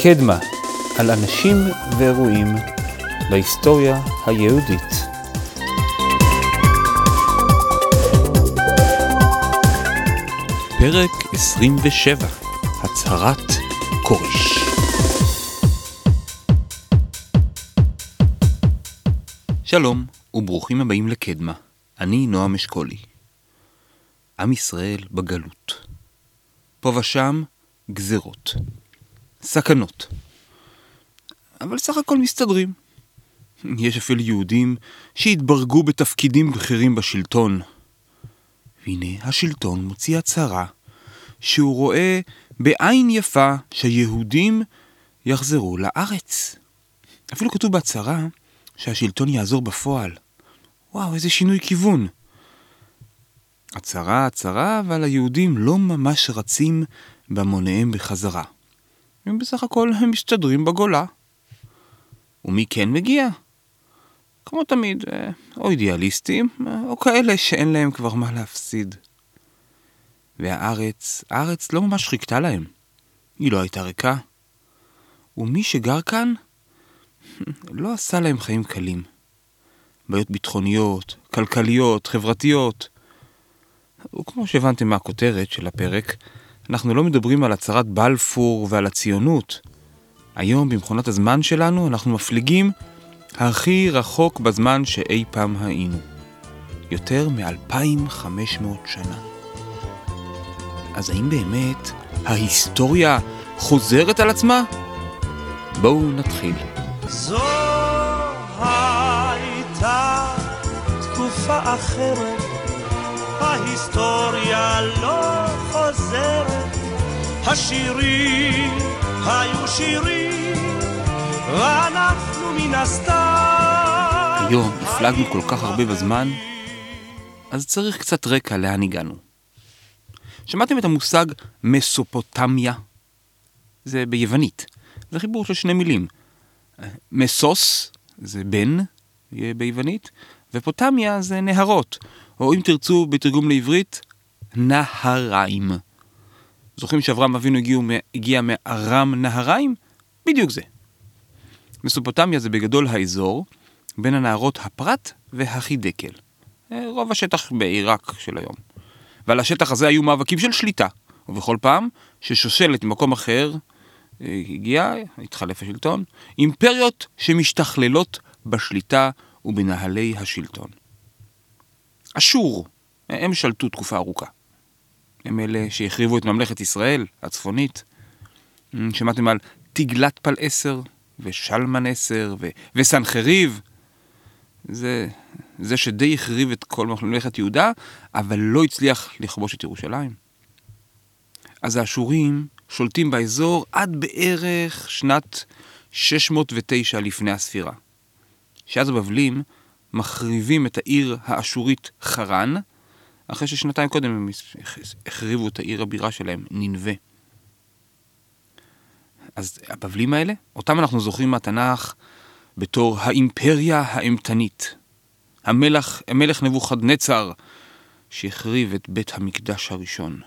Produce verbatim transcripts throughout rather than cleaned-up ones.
קדמה, על אנשים ואירועים בהיסטוריה היהודית. פרק עשרים ושבע, הצהרת כורש. שלום וברוכים הבאים לקדמה, אני נועם אשכולי. עם ישראל בגלות. פה ושם גזרות, סכנות. אבל סך הכל מסתדרים. יש אפילו יהודים שהתברגו בתפקידים בכירים בשלטון. והנה השלטון מוציא הצהרה שהוא רואה בעין יפה שהיהודים יחזרו לארץ. אפילו כתוב בהצהרה שהשלטון יעזור בפועל. וואו, איזה שינוי כיוון. הצהרה, הצהרה, אבל היהודים לא ממש רצים במוניהם בחזרה. הם בסך הכל הם מסתדרים בגולה. ומי כן מגיע? כמו תמיד, או אידיאליסטים, או כאלה שאין להם כבר מה להפסיד. והארץ, הארץ לא ממש חיכתה להם. היא לא הייתה ריקה. ומי שגר כאן, לא עשה להם חיים קלים. בעיות ביטחוניות, כלכליות, חברתיות. וכמו שהבנתם מהכותרת של הפרק, אנחנו לא מדברים על הצהרת בלפור ועל הציונות. היום במכונת הזמן שלנו אנחנו מפליגים הכי רחוק בזמן שאי פעם היינו. יותר מ-אלפיים וחמש מאות שנה. אז האם באמת ההיסטוריה חוזרת על עצמה? בואו נתחיל. זו הייתה תקופה אחרת, ההיסטוריה לא חוזרת, השירים היו שירים, ואנחנו מן הסתם. היום הפלגנו כל כך הרבה בזמן, אז צריך קצת רקע לאן הגענו. שמעתם את המושג מסופוטמיה? זה ביוונית. זה חיבור של שני מילים. מסוס זה בן ביוונית, ופוטמיה זה נהרות, או אם תרצו בתרגום לעברית, נהריים. זוכרים שאברהם אבינו הגיע, הגיע מארם נהריים? בדיוק זה. מסופוטמיה זה בגדול האזור בין הנהרות הפרת והחידקל. רוב השטח בעיראק של היום. ועל השטח הזה היו מאבקים של שליטה. ובכל פעם ששושלת ממקום אחר הגיעה, התחלף השלטון, אימפריות שמשתכללות בשליטה ובנהלי השלטון. אשור, הם שלטו תקופה ארוכה. הם אלה שהחריבו את ממלכת ישראל הצפונית. שמעתם על תגלת פלעשר ושלמן עשר ו- וסנחריב. זה, זה שדי החריב את כל ממלכת יהודה, אבל לא הצליח לכבוש את ירושלים. אז האשורים שולטים באזור עד בערך שנת שש מאות ותשע לפני הספירה. שאז הבבלים מחריבים את העיר האשורית חרן, אחרי ששנתיים קודם הם החריבו את העיר הבירה שלהם, נינווה. אז הבבלים האלה, אותם אנחנו זוכרים מהתנ"ך בתור האימפריה האימתנית. המלך, המלך נבוכדנצר שהחריב את בית המקדש הראשון.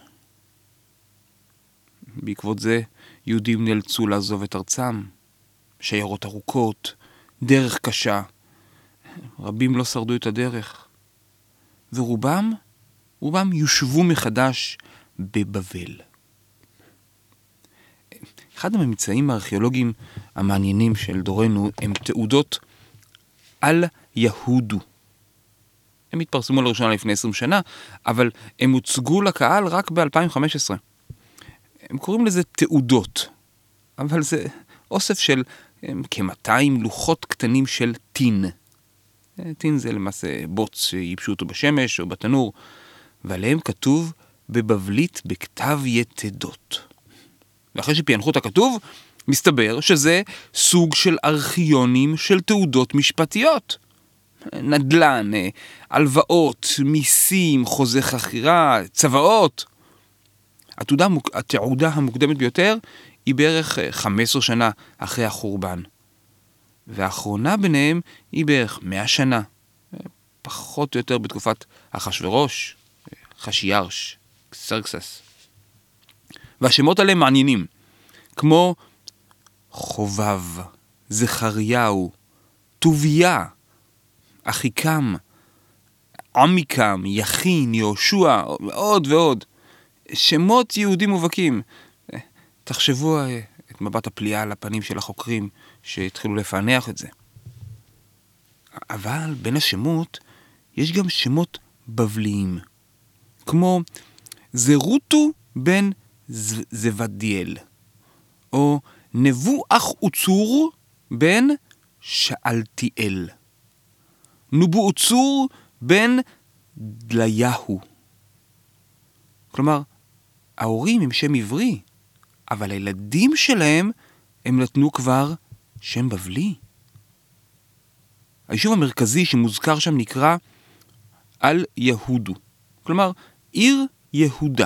בעקבות זה יהודים נאלצו לעזוב את ארצם, שיירות ארוכות, דרך קשה. רבים לא שרדו את הדרך. ורובם, רובם יושבו מחדש בבבל. אחד הממצאים הארכיאולוגיים המעניינים של דורנו הם תעודות על יהודו. הם התפרסמו לראשונה לפני עשרים שנה, אבל הם הוצגו לקהל רק ב-אלפיים וחמש עשרה. הם קוראים לזה תעודות, אבל זה אוסף של כ-מאתיים לוחות קטנים של טין. טין זה למעשה בוץ שיבשו אותו בשמש או בתנור, ועליהם כתוב בבבלית בכתב יתדות. ואחרי שפענחו את הכתוב, מסתבר שזה סוג של ארכיונים של תעודות משפטיות. נדל"ן, הלוואות, מיסים, חוזה חכירה, צוואות. התעודה, התעודה המוקדמת ביותר היא בערך חמש עשרה שנה אחרי החורבן. והאחרונה ביניהם היא בערך מאה שנה. פחות או יותר בתקופת אחשוורוש, חשיירש, קסרקסס. והשמות עליהם מעניינים, כמו ארתושטס, ארתושטס, ארתושטס, ארתושטס, ארתושטס, ארתושטס, ארתושטס, ארתושטס, ארתושטס, ארתושטס, ארתושטס, ארתושטס, ארתושטס, ארתושטס, ארתושטס, כמו חובב, זכריהו, טוביה, אחיקם, עמיקם, יכין, יהושע, עוד ועוד. שמות יהודים מובהקים. תחשבו את מבט הפליאה על הפנים של החוקרים שהתחילו לפענח את זה. אבל בין השמות יש גם שמות בבליים, כמו זרוטו בן זבדיאל, או נבו אח אוצור בן שאלתיאל, נובו אוצור בן דליהו. כלומר, ההורים הם שם עברי, אבל הילדים שלהם הם נתנו כבר שם בבלי. היישוב המרכזי שמוזכר שם נקרא אל יהודו, כלומר עיר יהודה,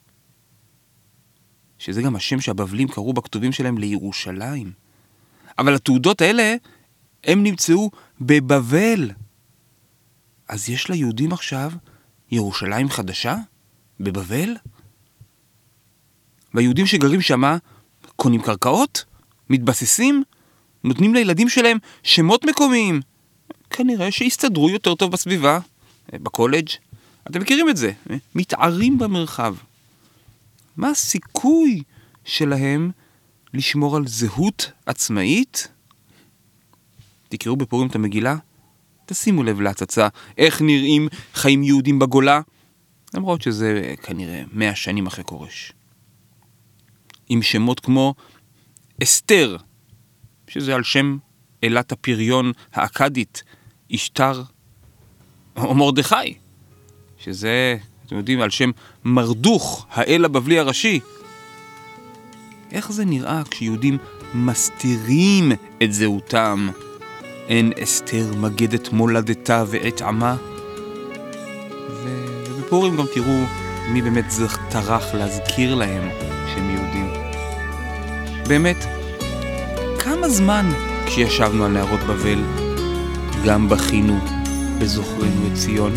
שזה גם השם שהבבלים קראו בכתובים שלהם לירושלים. אבל התעודות האלה הם נמצאו בבבל. אז יש ליהודים עכשיו ירושלים חדשה בבבל? והיהודים שגרים שמה קונים קרקעות, מתבססים, נותנים לילדים שלהם שמות מקומיים. כנראה שיסתדרו יותר טוב בסביבה, בקולג'. אתם מכירים את זה, מתערים במרחב. מה הסיכוי שלהם לשמור על זהות עצמאית? תקראו בפורים את המגילה, תשימו לב להצצה איך נראים חיים יהודים בגולה, למרות שזה כנראה מאה שנים אחרי קורש. עם שמות כמו אסתר, שזה על שם אלת הפריון האקדית, אשתר, או מרדכי, שזה, אתם יודעים, על שם מרדוך, האל הבבלי הראשי. איך זה נראה כשיהודים מסתירים את זהותם? אין אסתר מגדת מולדתה ואת עמה. ובפורים גם תראו מי באמת טרח להזכיר להם שהם יהודים. באמת, כמה זמן כשישבנו על נהרות בבל גם בכינו בזוכרנו את ציון?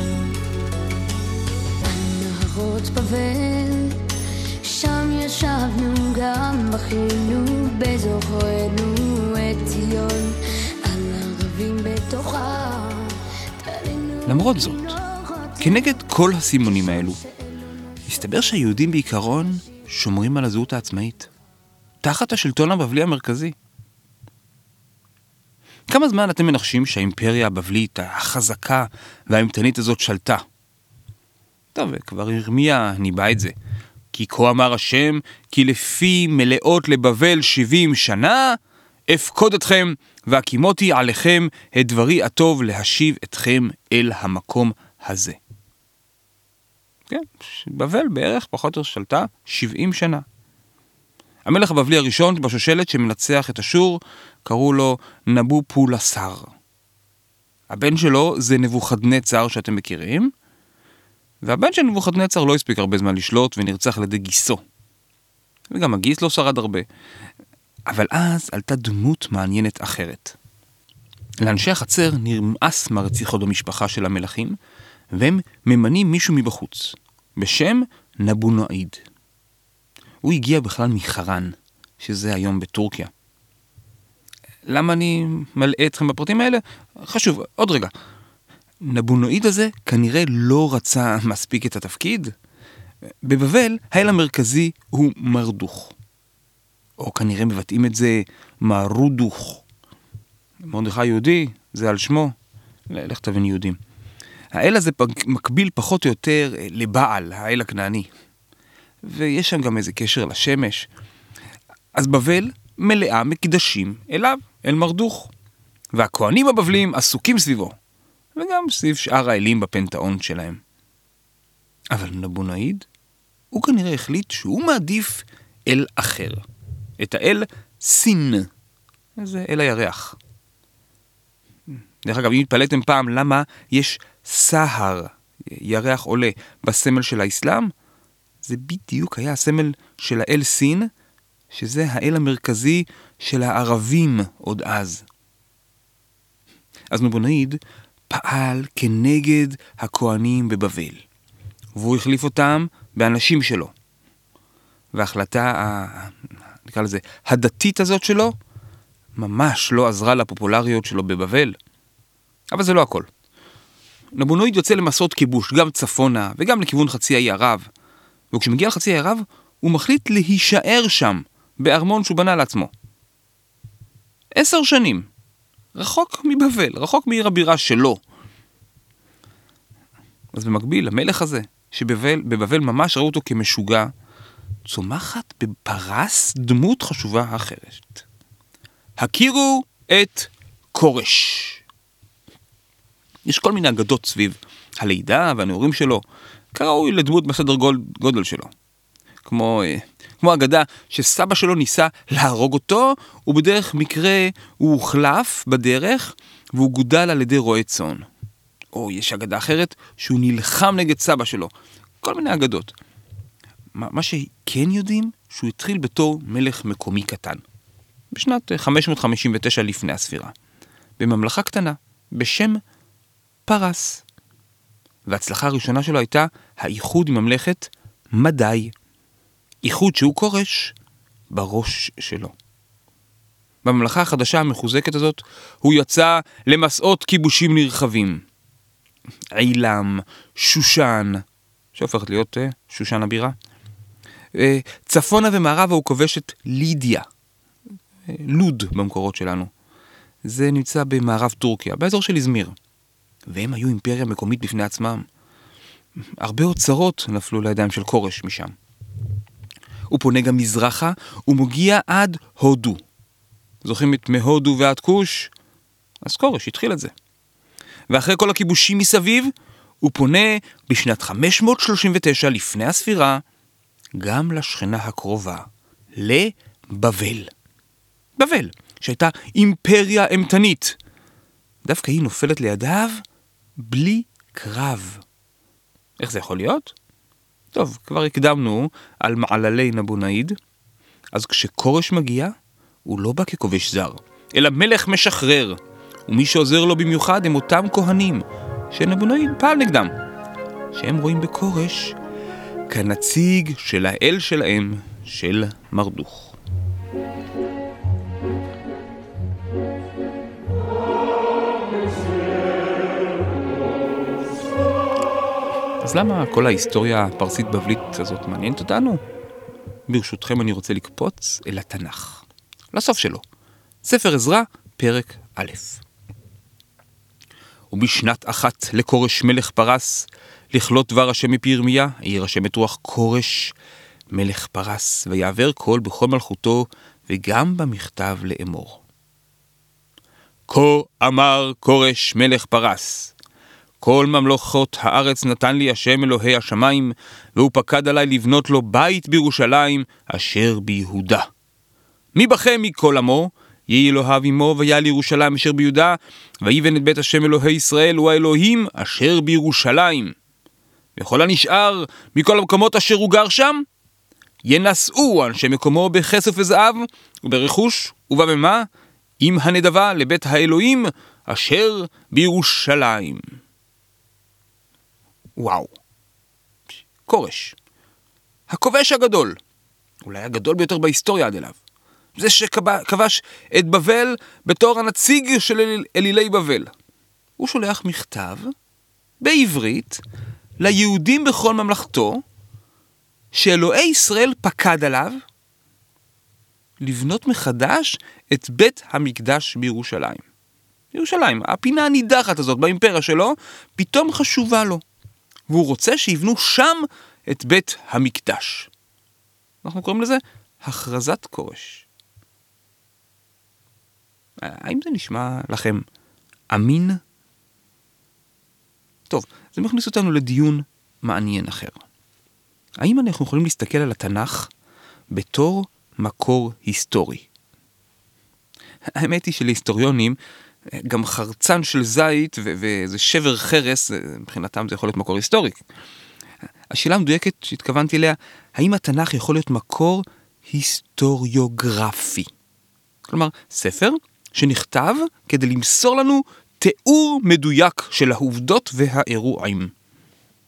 נהרות בבל, שם ישבנו גם בכינו בזוכרנו את ציון, על ערבים בתוכה. למרות זאת, כנגד כל הסימונים האלו, הסתבר שהיהודים בעיקרון שומרים על הזהות העצמאית, תחת השלטון הבבלי המרכזי. כמה זמן אתם מנחשים שהאימפריה הבבלית החזקה והאימתנית הזאת שלטה? טוב, כבר ירמיה ניבא את זה. כי כה אמר השם, כי לפי מלאות לבבל שבעים שנה, אפקוד אתכם והקימותי עליכם את דברי הטוב להשיב אתכם אל המקום הזה. כן, בבל בערך פחות או יותר שלטה שבעים שנה. המלך הבבלי הראשון בשושלת שמנצח את אשור, קראו לו נבופולסר. הבן שלו זה נבוכדנצר שאתם מכירים, והבן של נבוכדנצר לא הספיק הרבה זמן לשלוט ונרצח על ידי גיסו. וגם הגיס לא שרד הרבה. אבל אז עלתה דמות מעניינת אחרת. לאנשי החצר נרמאס מהרציחות במשפחה של המלכים, והם ממנים מישהו מבחוץ, בשם נבונאיד. הוא הגיע בכלל מחרן, שזה היום בטורקיה. למה אני מלאה אתכם בפרטים האלה? חשוב, עוד רגע. נבונאיד הזה כנראה לא רצה מספיק את התפקיד. בבבל, האל המרכזי הוא מרדוך. או כנראה מבטאים את זה מרודוך. מרדכי יהודי, זה על שמו. לך תבין יהודים. האל הזה מקביל פחות או יותר לבעל, האל הכנעני. ויש שם גם איזה קשר לשמש. אז בבל מלאה מקדשים אליו, אל מרדוך. והכהנים הבבלים עסוקים סביבו. וגם סביב שאר האלים בפנתאון שלהם. אבל נבונאיד, הוא כנראה החליט שהוא מעדיף אל אחר. את האל סין. זה אל הירח. דרך אגב, אם התפלאתם פעם למה יש סהר, ירח עולה, בסמל של האסלאם, זה בדיוק היה הסמל של האל סין, שזה האל המרכזי של הערבים עוד אז. אז נבונאיד פעל כנגד הכהנים בבבל, והוא החליף אותם באנשים שלו. וההחלטה נקרא לזה, הדתית הזאת שלו, ממש לא עזרה לפופולריות שלו בבבל. אבל זה לא הכל. נבונויד יוצא למסעות כיבוש, גם צפונה וגם לכיוון חצי האי ערב. וכשמגיע לחצי האי ערב, הוא מחליט להישאר שם, בארמון שהוא בנה לעצמו. עשר שנים. רחוק מבבל, רחוק מעיר הבירה שלו. אז במקביל, המלך הזה, שבבבל בבבל ממש ראו אותו כמשוגע, צומחת בפרס דמות חשובה אחרת. הכירו את קורש. יש כל מיני אגדות סביב הלידה והנעורים שלו, כראוי לדמות בסדר גודל שלו. כמו, כמו אגדה שסבא שלו ניסה להרוג אותו, ובדרך מקרה הוא הוחלף בדרך, והוא גודל על ידי רועה צאן. או יש אגדה אחרת שהוא נלחם נגד סבא שלו. כל מיני אגדות. מה, מה שכן יודעים, שהוא התחיל בתור מלך מקומי קטן. בשנת חמש מאות חמישים ותשע לפני הספירה. בממלכה קטנה, בשם פרס. וההצלחה הראשונה שלו הייתה האיחוד עם ממלכת מדי. איחוד שהוא קורש בראש שלו. בממלכה החדשה המחוזקת הזאת, הוא יצא למסעות כיבושים נרחבים. עילם, שושן, שהופכת להיות אה, שושן הבירה. אה, צפונה ומערבה הוא כובש את לידיה. אה, לוד במקורות שלנו. זה נמצא במערב טורקיה, באזור של איזמיר. והם היו אימפריה מקומית בפני עצמם. הרבה אוצרות נפלו לידיים של קורש משם. הוא פונה גם מזרחה, ומגיע עד הודו. זוכרים את מהודו ועד כוש? אז קורש התחיל את זה. ואחרי כל הכיבושים מסביב, הוא פונה בשנת חמש מאות שלושים ותשע לפני הספירה, גם לשכנה הקרובה, לבבל. בבל, שהייתה אימפריה אמתנית. דווקא היא נופלת לידיו בלי קרב. איך זה יכול להיות? טוב, כבר הקדמנו על מעללי נבונאיד, אז כשקורש מגיע, הוא לא בא ככובש זר, אלא מלך משחרר, ומי שעוזר לו במיוחד הם אותם כהנים, שנבונאיד פעל נגדם, שהם רואים בקורש כנציג של האל שלהם, של מרדוך. אז למה כל ההיסטוריה הפרסית-בבלית הזאת מעניינת אותנו? ברשותכם אני רוצה לקפוץ אל התנ"ך. לסוף שלו. ספר עזרא, פרק א'. ובשנת אחת לקורש מלך פרס, לכלות דבר השם מפי ירמיה, העיר השם את רוח קורש, מלך פרס, ויעבר קול בכל מלכותו, וגם במכתב לאמור. כה אמר קורש מלך פרס, כל ממלכות הארץ נתן לי השם אלוהי השמיים, והוא פקד עליי לבנות לו בית בירושלים, אשר ביהודה. מי בכם מכל עמו, יהי אלוהיו עמו, ויעל ירושלים אשר ביהודה, ויבן את בית השם אלוהי ישראל, הוא האלוהים אשר בירושלים. וכל הנשאר מכל המקומות אשר הוא גר שם, ינסעו אנשי מקומו בכסף וזהב, וברכוש ובבמה, עם הנדבה לבית האלוהים אשר בירושלים. וואו. קורש. הכובש הגדול. אולי הגדול ביותר בהיסטוריה עד אליו. זה שכבש את בבל בתור הנציג של אל... אלילי בבל. הוא שולח מכתב בעברית ליהודים בכל ממלכתו, שאלוהי ישראל פקד עליו לבנות מחדש את בית המקדש בירושלים. ירושלים, הפינה הנידחת הזאת באימפריה שלו, פתאום חשובה לו. והוא רוצה שיבנו שם את בית המקדש. אנחנו קוראים לזה הכרזת קורש. האם זה נשמע לכם אמין? טוב, זה מכניס אותנו לדיון מעניין אחר. האם אנחנו יכולים להסתכל על התנ"ך בתור מקור היסטורי? האמת היא שלהיסטוריונים, גם חרצן של זית ו- ואיזה שבר חרס, מבחינתם זה יכול להיות מקור היסטורי. השאלה המדויקת שהתכוונתי אליה, האם התנ"ך יכול להיות מקור היסטוריוגרפי? כלומר, ספר שנכתב כדי למסור לנו תיאור מדויק של העובדות והאירועים.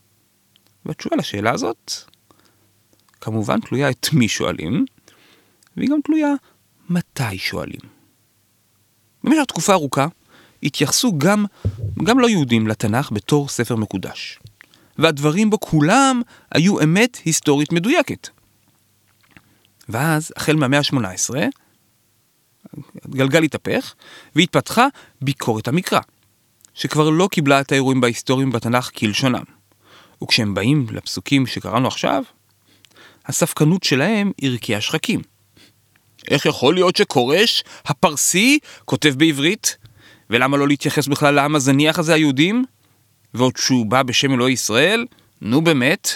והתשובה לשאלה הזאת, כמובן תלויה את מי שואלים, והיא גם תלויה מתי שואלים. במשך תקופה ארוכה התייחסו גם, גם לא יהודים לתנ"ך בתור ספר מקודש. והדברים בו כולם היו אמת היסטורית מדויקת. ואז, החל מהמאה ה-שמונה עשרה, גלגל התהפך, והתפתחה ביקורת המקרא, שכבר לא קיבלה את האירועים בהיסטוריים בתנ"ך כלשונם. וכשהם באים לפסוקים שקראנו עכשיו, הספקנות שלהם הרקיעה שחקים. איך יכול להיות שקורש, הפרסי, כותב בעברית? ולמה לא להתייחס בכלל לעם הזניח הזה, היהודים? ועוד שהוא בא בשם אלוהי ישראל? נו באמת.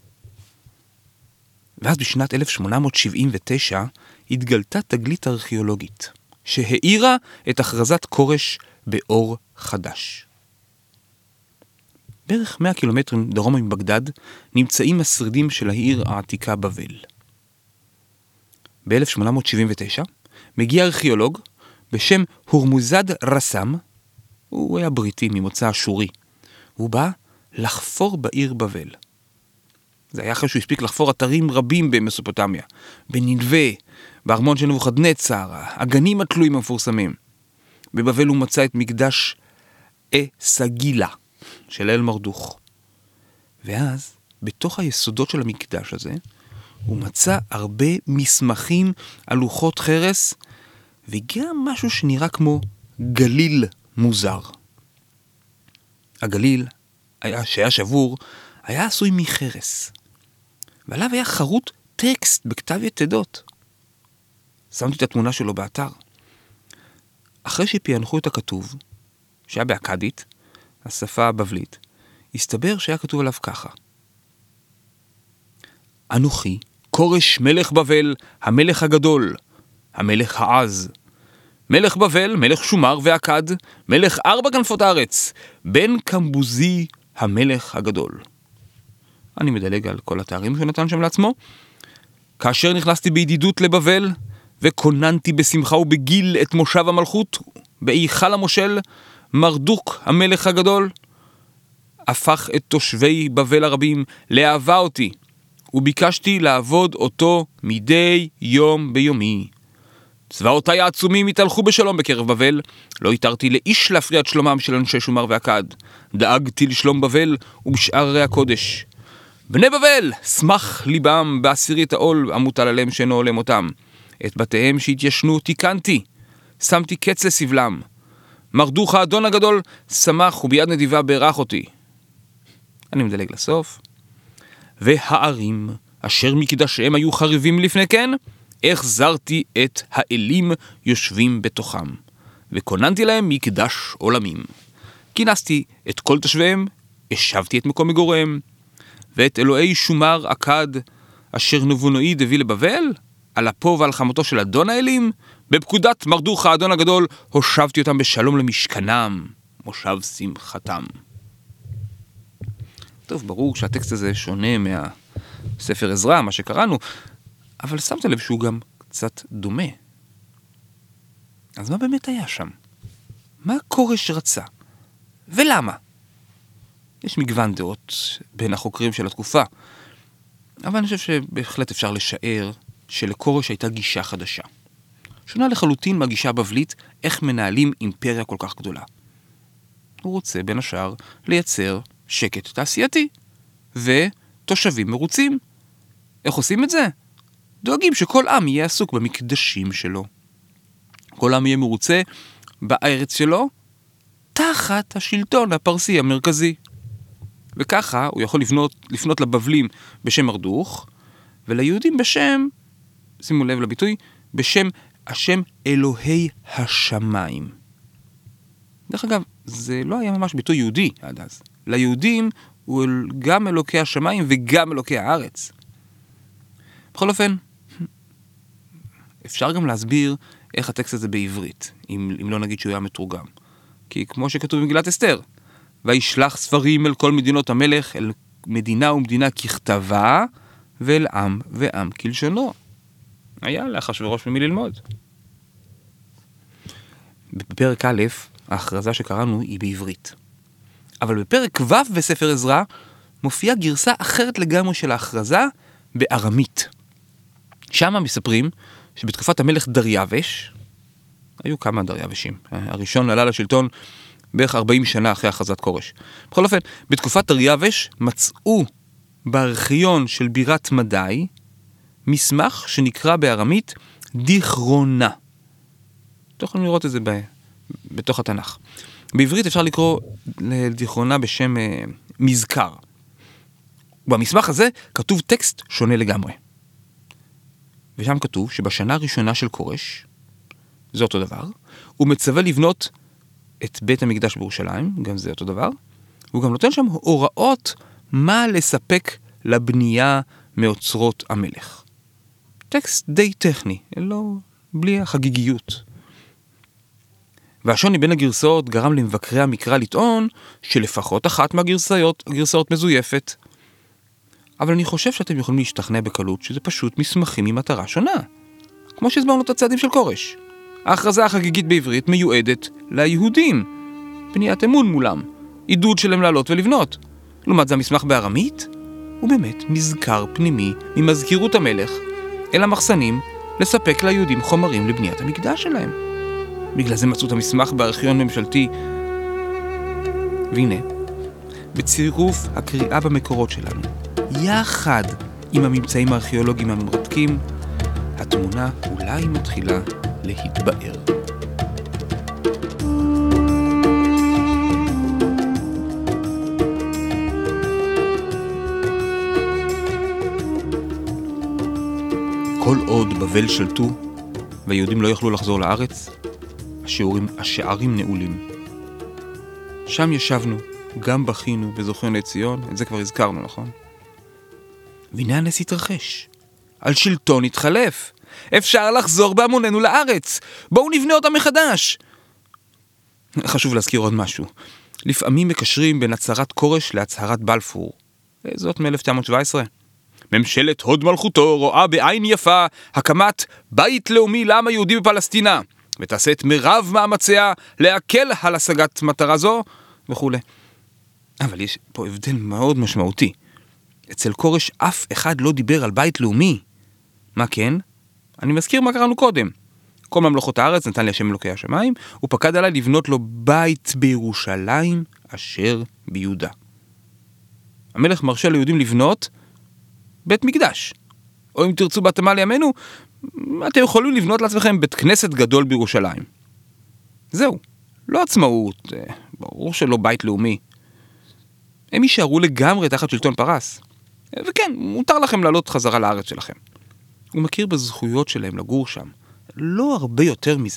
ואז בשנת אלף שמונה מאות שבעים ותשע התגלתה תגלית ארכיאולוגית, שהאירה את הכרזת כורש באור חדש. בערך מאה קילומטרים דרומה מבגדד נמצאים השרידים של העיר העתיקה בבל. ב-אלף שמונה מאות שבעים ותשע מגיע ארכיאולוג בשם הורמוזד רסם, הוא היה בריטי ממוצא אשורי, הוא בא לחפור בעיר בבל. זה היה אחרי שהוא הספיק לחפור אתרים רבים במסופוטמיה, בנינווה, בארמון של נבוכדנצר, הגנים התלויים המפורסמים. בבבל הוא מצא את מקדש אסגילה של אל מרדוך. ואז, בתוך היסודות של המקדש הזה, הוא מצא הרבה מסמכים על לוחות חרס, וגם משהו שנראה כמו גליל מוזר. הגליל, היה, שהיה שבור, היה עשוי מחרס, ועליו היה חרוט טקסט בכתב יתדות. שמתי את התמונה שלו באתר. אחרי שפענחו את הכתוב, שהיה באקדית, השפה הבבלית, הסתבר שהיה כתוב עליו ככה: אנוכי, כורש מלך בבל, המלך הגדול, המלך העז, מלך בבל, מלך שומר ואקד, מלך ארבע כנפות הארץ, בן קמבוזי המלך הגדול. אני מדלג על כל התארים שהוא נתן שם לעצמו. כאשר נכנסתי בידידות לבבל, וכוננתי בשמחה ובגיל את מושב המלכות, בהיכל המושל, מרדוק המלך הגדול, הפך את תושבי בבל הרבים לאהבה אותי, וביקשתי לעבוד אותו מדי יום ביומי. צבאותיי העצומים התהלכו בשלום בקרב בבל, לא התרתי לאיש להפריע את שלומם של אנשי שומר ואקד. דאגתי לשלום בבל ובשאר ערי הקודש. בני בבל, שמח ליבם בעשירית העול המוטל עליהם שאינו עולם אותם. את בתיהם שהתיישנו תיקנתי, שמתי קץ לסבלם. מרדוך האדון הגדול שמח וביד נדיבה בערך אותי. אני מדלג לסוף. והערים אשר מקדשיהם היו חריבים לפני כן, החזרתי את האלים יושבים בתוכם, וכוננתי להם מקדש עולמים. כינסתי את כל תושביהם, השבתי את מקום מגוריהם, ואת אלוהי שומר אקד, אשר נבונאי הביא לבבל, על אפו ועל חמתו של אדון האלים, בפקודת מרדוך האדון הגדול, הושבתי אותם בשלום למשכנם, מושב שמחתם. טוב, ברור שהטקסט הזה שונה מהספר עזרא, מה שקראנו, אבל שמת לב שהוא גם קצת דומה. אז מה באמת היה שם? מה כורש רצה? ולמה? יש מגוון דעות בין החוקרים של התקופה, אבל אני חושב שבהחלט אפשר לשער שלכורש הייתה גישה חדשה. שונה לחלוטין מהגישה הבבלית איך מנהלים אימפריה כל כך גדולה. הוא רוצה בין השאר לייצר שקט תעשייתי ותושבים מרוצים. איך עושים את זה? דואגים שכל עם יהיה עסוק במקדשים שלו. כל עם יהיה מרוצה בארץ שלו תחת השלטון הפרסי המרכזי. וככה הוא יכול לפנות, לפנות לבבלים בשם מרדוך, וליהודים בשם, שימו לב לביטוי, בשם השם אלוהי השמיים. דרך אגב, זה לא היה ממש ביטוי יהודי עד אז. ליהודים הוא גם אלוקי השמיים וגם אלוקי הארץ. בכל אופן, אפשר גם להסביר איך הטקסט הזה בעברית, אם, אם לא נגיד שהוא היה מתורגם. כי כמו שכתוב במגילת אסתר, וישלח ספרים אל כל מדינות המלך, אל מדינה ומדינה ככתבה, ואל עם ועם כלשונו. היה לאחשוורוש ממי ללמוד. בפרק א', ההכרזה שקראנו היא בעברית. אבל בפרק ו' בספר עזרא, מופיעה גרסה אחרת לגמרי של ההכרזה בארמית. שם מספרים שבתקופת המלך דריווש, היו כמה דריוושם, הראשון עלה לשלטון בערך ארבעים שנה אחרי הכרזת כורש. בכל אופן, בתקופת דריווש מצאו בארכיון של בירת מדי מסמך שנקרא בארמית דיכרונה. אתם יכולים לראות את זה ב... בתוך התנ"ך. בעברית אפשר לקרוא לדיכרונה בשם uh, מזכר. במסמך הזה כתוב טקסט שונה לגמרי. ושם כתוב שבשנה הראשונה של כורש, זה אותו דבר, הוא מצווה לבנות את בית המקדש בירושלים, גם זה אותו דבר, הוא גם נותן שם הוראות מה לספק לבנייה מאוצרות המלך. טקסט די טכני, לא בלי החגיגיות. והשוני בין הגרסאות גרם למבקרי המקרא לטעון שלפחות אחת מהגרסאות הגרסאות מזויפת. אבל אני חושב שאתם יכולים להשתכנע בקלות שזה פשוט מסמכים עם מטרה שונה. כמו שהסברנו את הצעדים של כורש. ההכרזה החגיגית בעברית מיועדת ליהודים. בניית אמון מולם. עידוד שלהם לעלות ולבנות. לעומת זה המסמך בארמית הוא באמת מזכר פנימי ממזכירות המלך אל המחסנים לספק ליהודים חומרים לבניית המקדש שלהם. בגלל זה מצאו את המסמך בארכיון ממשלתי. והנה, בצירוף הקריאה במקורות שלנו, יחד עם הממצאים הארכיאולוגיים המרתקים, התמונה אולי מתחילה להתבאר. כל עוד בבל שלטו והיהודים לא יכלו לחזור לארץ, השערים, השערים נעולים. שם ישבנו, גם בכינו וזוכרנו לציון, את זה כבר הזכרנו, נכון? והנה הנס התרחש. על שלטון התחלף. אפשר לחזור בהמוננו לארץ. בואו נבנה אותה מחדש. חשוב להזכיר עוד משהו. לפעמים מקשרים בין הצהרת כורש להצהרת בלפור. זאת מ-אלף תשע מאות שבע עשרה. ממשלת הוד מלכותו רואה בעין יפה הקמת בית לאומי לעם היהודי בפלסטינה, ותעשה את מירב מאמציה להקל על השגת מטרה זו, וכו'. אבל יש פה הבדל מאוד משמעותי. אצל כורש אף אחד לא דיבר על בית לאומי. מה כן? אני מזכיר מה קראנו קודם. כל ממלכות הארץ נתן לי השם אלוקי השמיים, ופקד עליי לבנות לו בית בירושלים אשר ביהודה. המלך מרשה ליהודים לבנות בית מקדש. או אם תרצו בהתאמה לימינו, אתם יכולים לבנות לעצמכם בית כנסת גדול בירושלים. זהו. לא עצמאות, ברור שלא בית לאומי. הם יישארו לגמרי תחת שלטון פרס. וכן, מותר לכם לעלות חזרה לארץ שלכם. הוא מכיר בזכויות שלהם לגור שם. לא הרבה יותר מזה.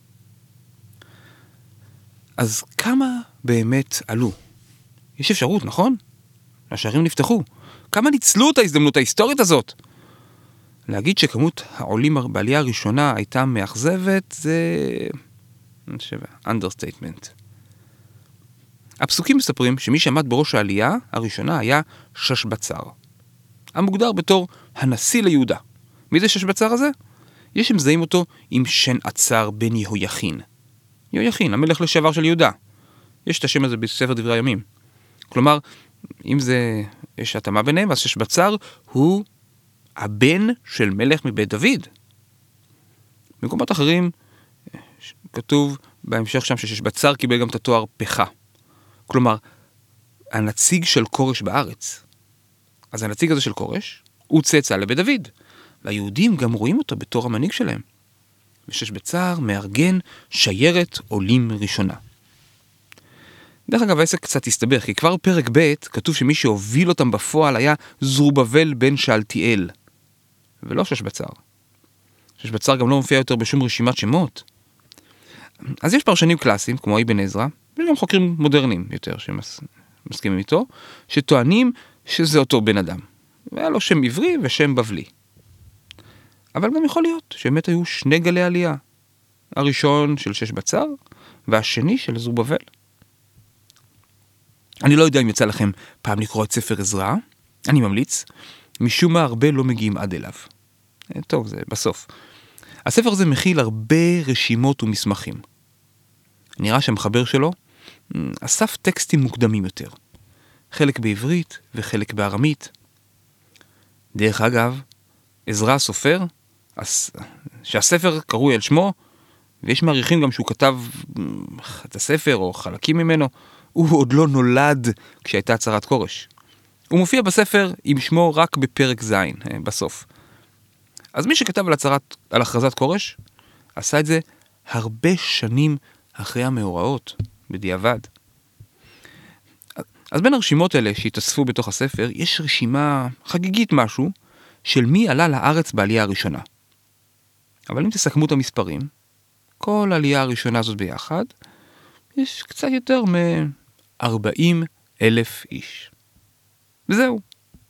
אז כמה באמת עלו? יש אפשרות, נכון? השערים נפתחו. כמה ניצלו את ההזדמנות ההיסטורית הזאת? להגיד שכמות העולים בעלייה הראשונה הייתה מאכזבת, זה... אני חושב, understatement. הפסוקים מספרים שמי שעמד בראש העלייה הראשונה היה ששבצר. המוגדר בתור הנשיא ליהודה. מי זה ששבצר הזה? יש שמזהים אותו עם שן עצר בן יהויכין. יהויכין, המלך לשעבר של יהודה. יש את השם הזה בספר דברי הימים. כלומר, אם זה, יש התאמה ביניהם, אז ששבצר הוא הבן של מלך מבית דוד. במקומות אחרים כתוב בהמשך שם שששבצר קיבל גם את התואר פחה. כלומר, הנציג של כורש בארץ. אז הנציג הזה של כורש הוא צאצא לבית דוד. והיהודים גם רואים אותו בתור המנהיג שלהם. וששבצר מארגן שיירת עולים ראשונה. דרך אגב, העסק קצת הסתבך, כי כבר פרק ב' כתוב שמי שהוביל אותם בפועל היה זרובבל בן שאלתיאל, ולא ששבצר. ששבצר גם לא מופיע יותר בשום רשימת שמות. אז יש פרשנים קלאסיים, כמו אבן עזרא, וגם חוקרים מודרניים יותר שמסכימים איתו, שטוענים שזה אותו בן אדם. והיה לו שם עברי ושם בבלי. אבל גם יכול להיות שבאמת היו שני גלי עלייה. הראשון של ששבצר, והשני של זרובבל. אני לא יודע אם יצא לכם פעם לקרוא את ספר עזרא, אני ממליץ, משום מה הרבה לא מגיעים עד אליו. טוב, זה בסוף. הספר הזה מכיל הרבה רשימות ומסמכים. נראה שהמחבר שלו אסף טקסטים מוקדמים יותר. חלק בעברית וחלק בארמית. דרך אגב, עזרא הסופר שהספר קרוי על שמו, ויש מעריכים גם שהוא כתב את הספר או חלקים ממנו, הוא עוד לא נולד כשהייתה הצהרת כורש. הוא מופיע בספר עם שמו רק בפרק זין, בסוף. אז מי שכתב על, הצהרת, על הכרזת כורש, עשה את זה הרבה שנים אחרי המאורעות, בדיעבד. אז בין הרשימות האלה שהתאספו בתוך הספר, יש רשימה חגיגית משהו, של מי עלה לארץ בעלייה הראשונה. אבל אם תסכמו את המספרים, כל העלייה הראשונה הזאת ביחד, יש קצת יותר מ-ארבעים אלף איש. וזהו.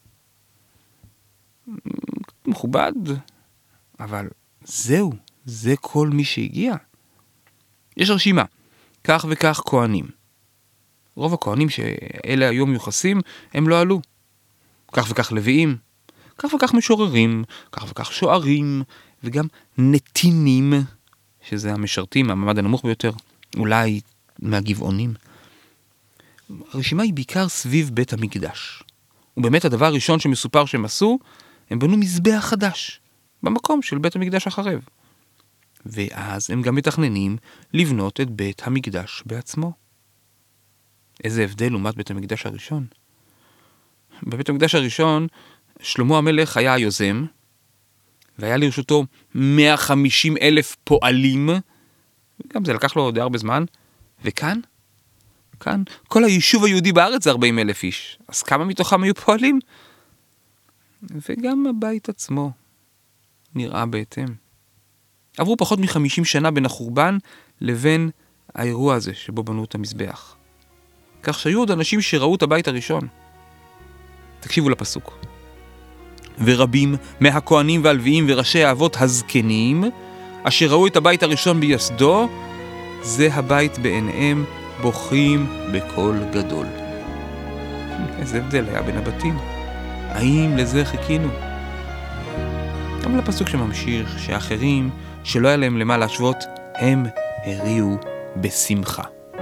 מכובד, אבל זהו, זה כל מי שהגיע. יש רשימה, כך וכך כהנים. רוב הכהנים שאלה היום מיוחסים, הם לא עלו. כך וכך לוויים, כך וכך משוררים, כך וכך שוערים, וגם נתינים, שזה המשרתים, המעמד הנמוך ביותר, אולי מהגבעונים. הרשימה היא בעיקר סביב בית המקדש. ובאמת הדבר הראשון שמסופר שהם עשו, הם בנו מזבח חדש, במקום של בית המקדש החרב. ואז הם גם מתכננים לבנות את בית המקדש בעצמו. איזה הבדל לעומת בית המקדש הראשון. בבית המקדש הראשון, שלמה המלך היה היוזם, והיה לרשותו מאה וחמישים אלף פועלים, גם זה לקח לו די הרבה זמן, וכאן, כאן, כל היישוב היהודי בארץ זה ארבעים אלף איש, אז כמה מתוכם היו פועלים? וגם הבית עצמו נראה בהתאם. עברו פחות מ-חמישים שנה בין החורבן לבין האירוע הזה שבו בנו את המזבח. כך שהיו עוד אנשים שראו את הבית הראשון. תקשיבו לפסוק. ורבים מהכהנים והלוויים וראשי האבות הזקנים, אשר ראו את הבית הראשון ביסדו, זה הבית בעיניהם בוכים בקול גדול. איזה הבדל היה בין הבתים. האם לזה חיכינו? אבל הפסוק שממשיך, שאחרים שלא היה להם למה להשוות, הם הריעו בשמחה.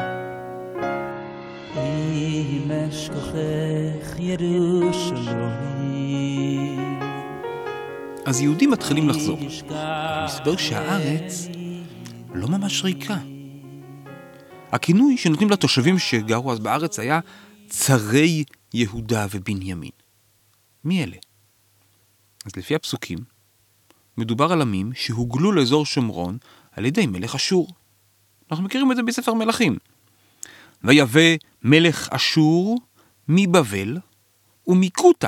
אם אשכחך ירושלים. אז יהודים מתחילים לחזור. מסבר שהארץ לא ממש ריקה. הכינוי שנותנים לתושבים שגרו אז בארץ היה צרי יהודה ובנימין. מי אלה? אז לפי הפסוקים, מדובר על עמים שהוגלו לאזור שומרון על ידי מלך אשור. אנחנו מכירים את זה בספר מלכים. ויבא מלך אשור מבבל ומקוטה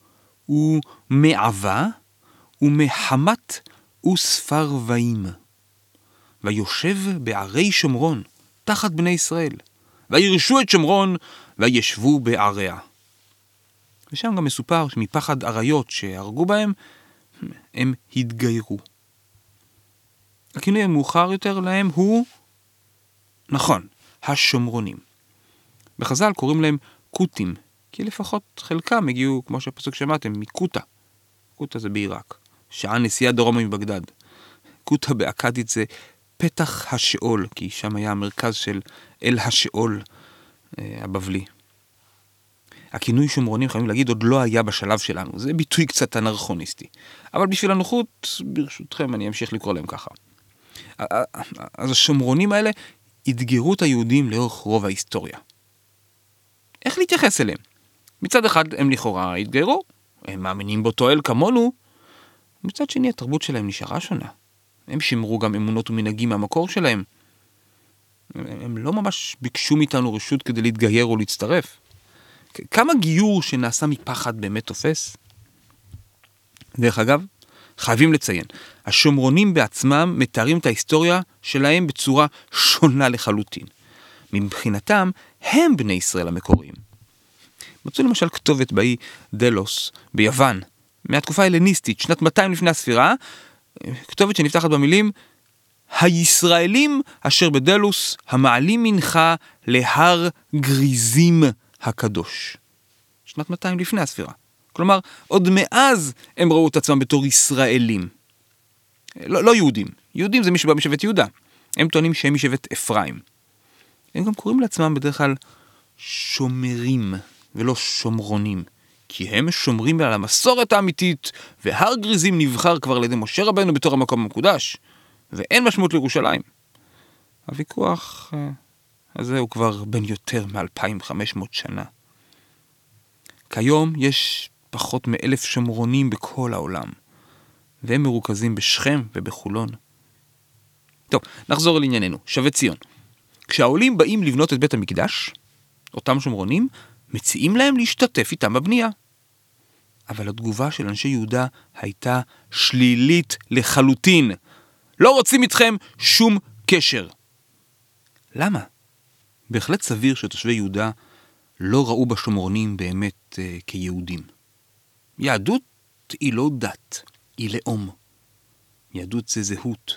ומעבה ומחמת וספרווים. ויושב בערי שומרון תחת בני ישראל. וירשו את שומרון וישבו בעריה. ושם גם מסופר שמפחד אריות שהרגו בהם, הם התגיירו. הכינוי המאוחר יותר להם הוא, נכון, השומרונים. בחז"ל קוראים להם קוטים, כי לפחות חלקם הגיעו, כמו שהפסוק שמעתם, מקוטה. קוטה זה בעיראק, שעה נסיעה דרומה מבגדד. קוטה באקדית זה פתח השאול, כי שם היה המרכז של אל השאול אה, הבבלי. הכינוי שומרונים, חייבים להגיד, עוד לא היה בשלב שלנו. זה ביטוי קצת אנרכוניסטי. אבל בשביל הנוחות, ברשותכם, אני אמשיך לקרוא להם ככה. אז השומרונים האלה התגרו את היהודים לאורך רוב ההיסטוריה. איך להתייחס אליהם? מצד אחד הם לכאורה התגיירו, הם מאמינים באותו אל כמונו, מצד שני התרבות שלהם נשארה שונה. הם שמרו גם אמונות ומנהגים מהמקור שלהם. הם לא ממש ביקשו מאיתנו רשות כדי להתגייר או להצטרף. כמה גיור שנעשה מפחד באמת תופס? דרך אגב, חייבים לציין, השומרונים בעצמם מתארים את ההיסטוריה שלהם בצורה שונה לחלוטין. מבחינתם, הם בני ישראל המקוריים. מצאו למשל כתובת באי דלוס, ביוון, מהתקופה ההלניסטית, שנת מאתיים לפני הספירה, כתובת שנפתחת במילים, הישראלים אשר בדלוס המעלים מנחה להר גריזים הקדוש. שנת מאתיים לפני הספירה. כלומר, עוד מאז הם ראו את עצמם בתור ישראלים. לא, לא יהודים. יהודים זה מי שבא משבט יהודה. הם טוענים שהם משבט אפרים. הם גם קוראים לעצמם בדרך כלל שומרים ולא שומרונים. כי הם שומרים על המסורת האמיתית, והר גריזים נבחר כבר לידי משה רבנו בתור המקום המקודש, ואין משמעות לירושלים. הוויכוח הזה הוא כבר בין יותר מ-אלפיים וחמש מאות שנה. כיום יש פחות מאלף שומרונים בכל העולם, והם מרוכזים בשכם ובחולון. טוב, נחזור לענייננו, שבי ציון. כשהעולים באים לבנות את בית המקדש, אותם שומרונים מציעים להם להשתתף איתם בבנייה. אבל התגובה של אנשי יהודה הייתה שלילית לחלוטין. לא רוצים איתכם שום קשר. למה? בהחלט סביר שתושבי יהודה לא ראו בשומרונים באמת אה, כיהודים. יהדות היא לא דת, היא לאום. יהדות זה זהות.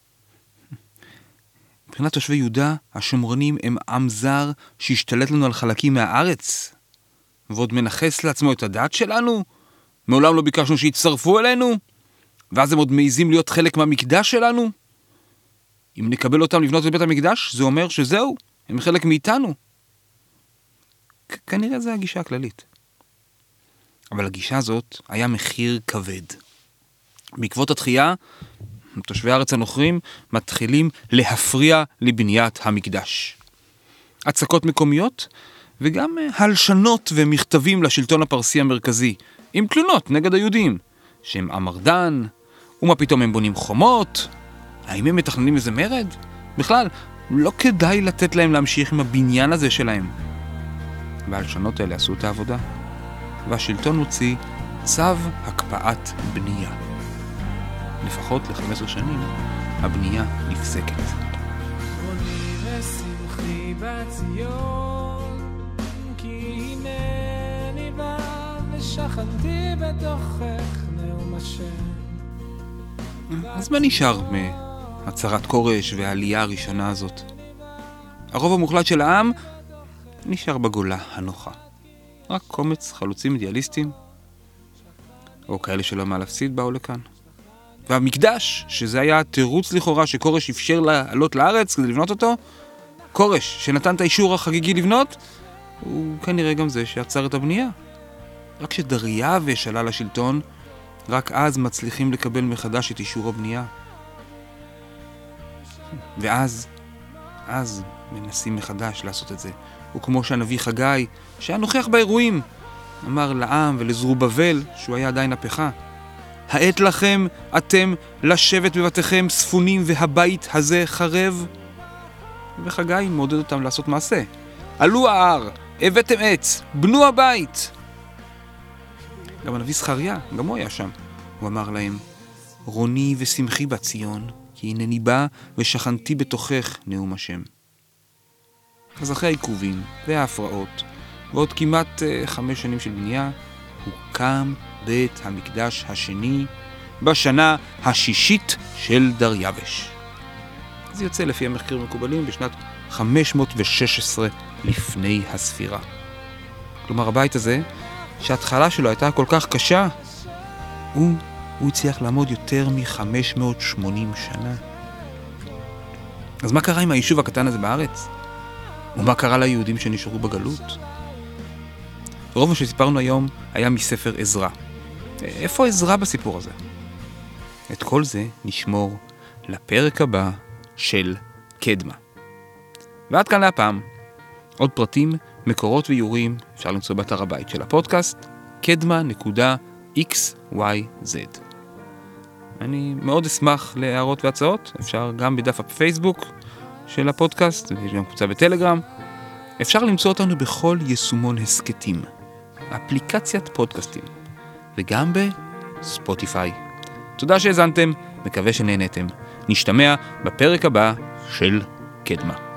מבחינת תושבי יהודה, השומרונים הם עם זר שהשתלט לנו על חלקים מהארץ, ועוד מנחס לעצמו את הדת שלנו. מעולם לא ביקשנו שיצטרפו אלינו, ואז הם עוד מעיזים להיות חלק מהמקדש שלנו. אם נקבל אותם לבנות את בית המקדש, זה אומר שזהו, הם חלק מאיתנו. כ- כנראה זה הגישה הכללית. אבל הגישה הזאת היה מחיר כבד. בעקבות התחייה, תושבי הארץ הנוכרים מתחילים להפריע לבניית המקדש. הצקות מקומיות וגם הלשנות ומכתבים לשלטון הפרסי המרכזי, עם תלונות נגד היהודים, שהם אמרדן, ומה פתאום הם בונים חומות, האם הם מתכננים איזה מרד? בכלל, לא כדאי לתת להם להמשיך עם הבניין הזה שלהם. וההלשנות האלה עשו את העבודה, והשלטון הוציא צו הקפאת בנייה. לפחות ל-חמש עשרה שנים, הבנייה נפסקת. רוני ושמחי בציון, כי הנני בא ושכנתי בתוכך נאום השם. אז מה נשאר מהצהרת כורש והעלייה הראשונה הזאת? הרוב המוחלט של העם נשאר בגולה הנוחה. רק קומץ חלוצים אידיאליסטים, או כאלה שלא מה להפסיד באו לכאן. והמקדש, שזה היה תירוץ לכאורה שכורש אפשר לעלות לארץ כדי לבנות אותו, כורש שנתן את האישור החגיגי לבנות, הוא כנראה גם זה שעצר את הבנייה. רק שדריווש עלה לשלטון, רק אז מצליחים לקבל מחדש את אישור הבנייה. ואז, אז מנסים מחדש לעשות את זה. וכמו שהנביא חגי, שהיה נוכח באירועים, אמר לעם ולזרובבל שהוא היה עדיין הפכה, העת לכם אתם לשבת בבתיכם ספונים והבית הזה חרב. וחגי מעודד אותם לעשות מעשה. עלו ההר, הבאתם עץ, בנו הבית. גם הנביא זכריה, גם הוא היה שם. הוא אמר להם, רוני ושמחי בציון, כי הנני בא ושכנתי בתוכך נאום השם. אז אחרי העיכובים וההפרעות, ועוד כמעט uh, חמש שנים של בנייה, הוקם בית המקדש השני בשנה השישית של דריווש. זה יוצא לפי המחקרים המקובלים בשנת חמש מאות ושש עשרה לפני הספירה. כלומר, הבית הזה, שההתחלה שלו הייתה כל כך קשה, הוא, הוא הצליח לעמוד יותר מ-חמש מאות ושמונים שנה. אז מה קרה עם היישוב הקטן הזה בארץ? ומה קרה ליהודים שנשארו בגלות? רוב מה שסיפרנו היום היה מספר עזרא. איפה עזרא בסיפור הזה? את כל זה נשמור לפרק הבא של קדמה. ועד כאן להפעם. עוד פרטים, מקורות ואיורים אפשר למצוא באתר הבית של הפודקאסט קדמה נקודה אקס וואי זד. אני מאוד אשמח להערות והצעות, אפשר גם בדף הפייסבוק של הפודקאסט, ויש גם קבוצה בטלגרם. אפשר למצוא אותנו בכל יישומון הסקטים, אפליקציית פודקאסטים, וגם בספוטיפיי. תודה שהזנתם, מקווה שנהנתם. נשתמע בפרק הבא של קדמה.